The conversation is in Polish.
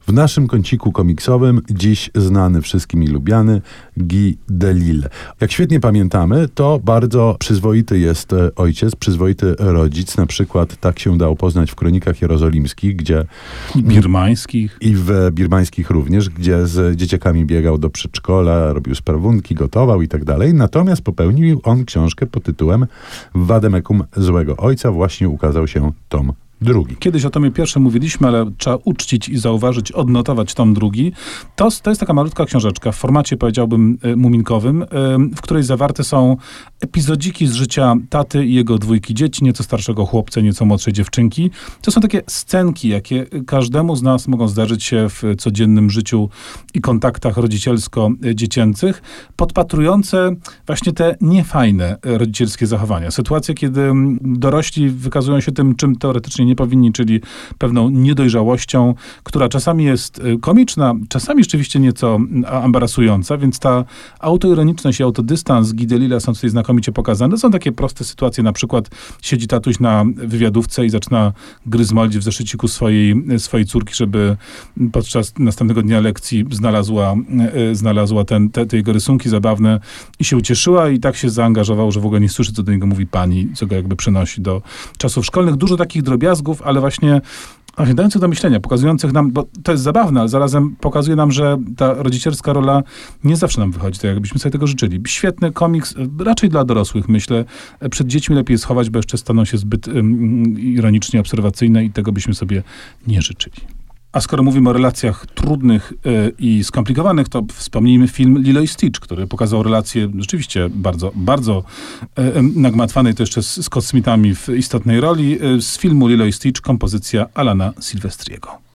W naszym kąciku komiksowym dziś znany wszystkim i lubiany Guy Delisle. Jak świetnie pamiętamy, to bardzo przyzwoity jest ojciec, przyzwoity rodzic. Na przykład tak się dało poznać w Kronikach Jerozolimskich, gdzie... Birmańskich. I w birmańskich również, gdzie z dzieciakami biegał do przedszkola, robił sprawunki, gotował i tak dalej. Natomiast popełnił on książkę pod tytułem Vademekum Złego Ojca. Właśnie ukazał się tom drugi. Kiedyś o tomie pierwszym mówiliśmy, ale trzeba uczcić i zauważyć, odnotować tom drugi. To jest taka malutka książeczka w formacie, powiedziałbym, muminkowym, w której zawarte są epizodziki z życia taty i jego dwójki dzieci, nieco starszego chłopca, nieco młodszej dziewczynki. To są takie scenki, jakie każdemu z nas mogą zdarzyć się w codziennym życiu i kontaktach rodzicielsko-dziecięcych, podpatrujące właśnie te niefajne rodzicielskie zachowania. Sytuacje, kiedy dorośli wykazują się tym, czym teoretycznie nie powinni, czyli pewną niedojrzałością, która czasami jest komiczna, czasami rzeczywiście nieco embarasująca, więc ta autoironiczność i autodystans Guy Delisle są tutaj znakomicie pokazane. Są takie proste sytuacje, na przykład siedzi tatuś na wywiadówce i zaczyna gryzmolić w zeszyciku swojej córki, żeby podczas następnego dnia lekcji znalazła te jego rysunki zabawne i się ucieszyła i tak się zaangażował, że w ogóle nie słyszy, co do niego mówi pani, co go jakby przenosi do czasów szkolnych. Dużo takich drobiazgów, ale właśnie dających do myślenia, pokazujących nam, bo to jest zabawne, ale zarazem pokazuje nam, że ta rodzicielska rola nie zawsze nam wychodzi, tak jakbyśmy sobie tego życzyli. Świetny komiks, raczej dla dorosłych, myślę. Przed dziećmi lepiej schować, bo jeszcze staną się zbyt ironicznie obserwacyjne i tego byśmy sobie nie życzyli. A skoro mówimy o relacjach trudnych i skomplikowanych, to wspomnijmy film Lilo i Stitch, który pokazał relacje rzeczywiście bardzo, bardzo nagmatwanej, to jeszcze z kosmitami w istotnej roli. Z filmu Lilo i Stitch kompozycja Alana Silvestriego.